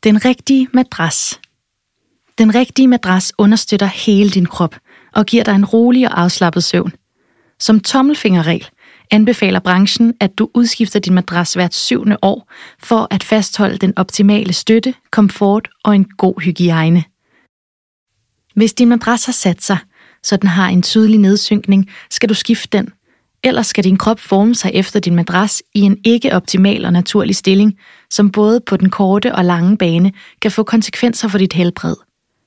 Den rigtige madras. Den rigtige madras understøtter hele din krop og giver dig en rolig og afslappet søvn. Som tommelfingerregel anbefaler branchen, at du udskifter din madras hvert 7. år for at fastholde den optimale støtte, komfort og en god hygiejne. Hvis din madras har sat sig, så den har en tydelig nedsynkning, skal du skifte den. Ellers skal din krop forme sig efter din madras i en ikke-optimal og naturlig stilling, som både på den korte og lange bane kan få konsekvenser for dit helbred.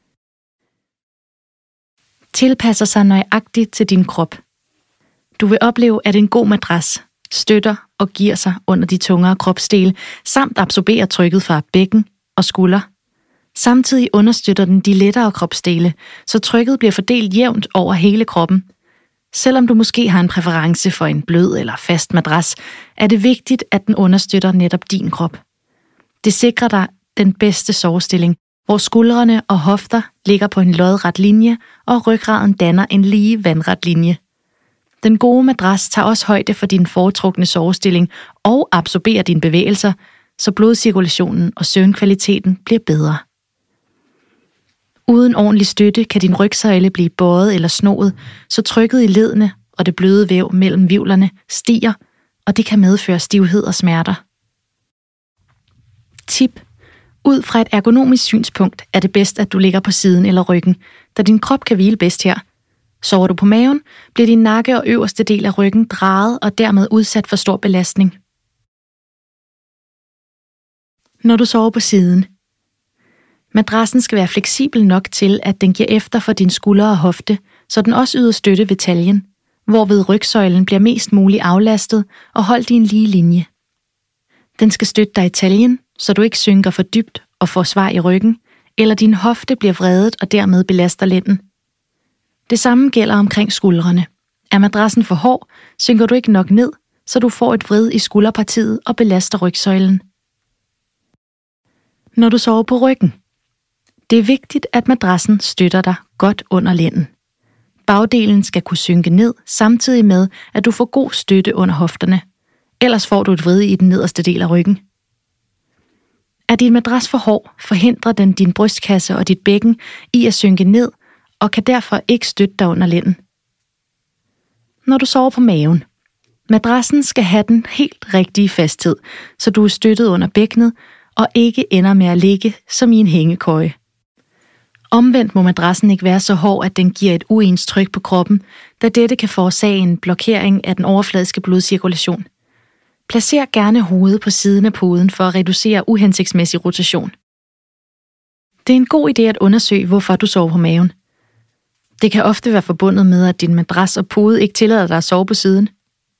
Tilpasser sig nøjagtigt til din krop. Du vil opleve, at en god madras støtter og giver sig under de tungere kropsdele, samt absorberer trykket fra bækken og skulder. Samtidig understøtter den de lettere kropsdele, så trykket bliver fordelt jævnt over hele kroppen. Selvom du måske har en præference for en blød eller fast madras, er det vigtigt, at den understøtter netop din krop. Det sikrer dig den bedste sovestilling, hvor skuldrene og hofter ligger på en lodret linje, og ryggraden danner en lige vandret linje. Den gode madras tager også højde for din foretrukne sovestilling og absorberer dine bevægelser, så blodcirkulationen og søvnkvaliteten bliver bedre. Uden ordentlig støtte kan din rygsøjle blive bøjet eller snoet, så trykket i leddene og det bløde væv mellem hvirvlerne stiger, og det kan medføre stivhed og smerter. Tip. Ud fra et ergonomisk synspunkt er det bedst, at du ligger på siden eller ryggen, da din krop kan hvile bedst her. Sover du på maven, bliver din nakke og øverste del af ryggen drejet og dermed udsat for stor belastning. Når du sover på siden. Madrassen skal være fleksibel nok til, at den giver efter for dine skuldre og hofte, så den også yder støtte ved taljen, hvorved rygsøjlen bliver mest muligt aflastet og holdt i en lige linje. Den skal støtte dig i taljen, så du ikke synker for dybt og får svar i ryggen, eller din hofte bliver vredet og dermed belaster lænden. Det samme gælder omkring skuldrene. Er madrassen for hård, synker du ikke nok ned, så du får et vrid i skulderpartiet og belaster rygsøjlen. Når du sover på ryggen. Det er vigtigt, at madrassen støtter dig godt under lænden. Bagdelen skal kunne synke ned, samtidig med, at du får god støtte under hofterne. Ellers får du et vrid i den nederste del af ryggen. Er din madras for hård, forhindrer den din brystkasse og dit bækken i at synke ned, og kan derfor ikke støtte dig under lænden. Når du sover på maven. Madrassen skal have den helt rigtige fasthed, så du er støttet under bækkenet og ikke ender med at ligge som i en hængekøje. Omvendt må madrassen ikke være så hård, at den giver et uens tryk på kroppen, da dette kan forårsage en blokering af den overfladiske blodcirkulation. Placer gerne hovedet på siden af puden for at reducere uhensigtsmæssig rotation. Det er en god idé at undersøge, hvorfor du sover på maven. Det kan ofte være forbundet med, at din madras og pude ikke tillader dig at sove på siden.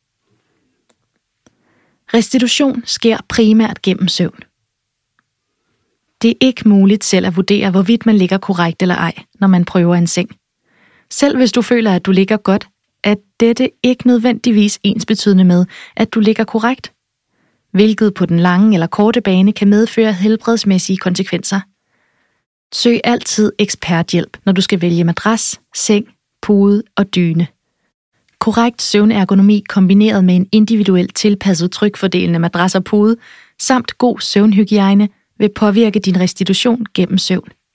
Restitution sker primært gennem søvn. Det er ikke muligt selv at vurdere, hvorvidt man ligger korrekt eller ej, når man prøver en seng. Selv hvis du føler, at du ligger godt, er dette ikke nødvendigvis ensbetydende med, at du ligger korrekt, hvilket på den lange eller korte bane kan medføre helbredsmæssige konsekvenser. Søg altid eksperthjælp, når du skal vælge madras, seng, pude og dyne. Korrekt søvnergonomi kombineret med en individuelt tilpasset trykfordelende madras og pude, samt god søvnhygiejne, vil påvirke din restitution gennem søvn.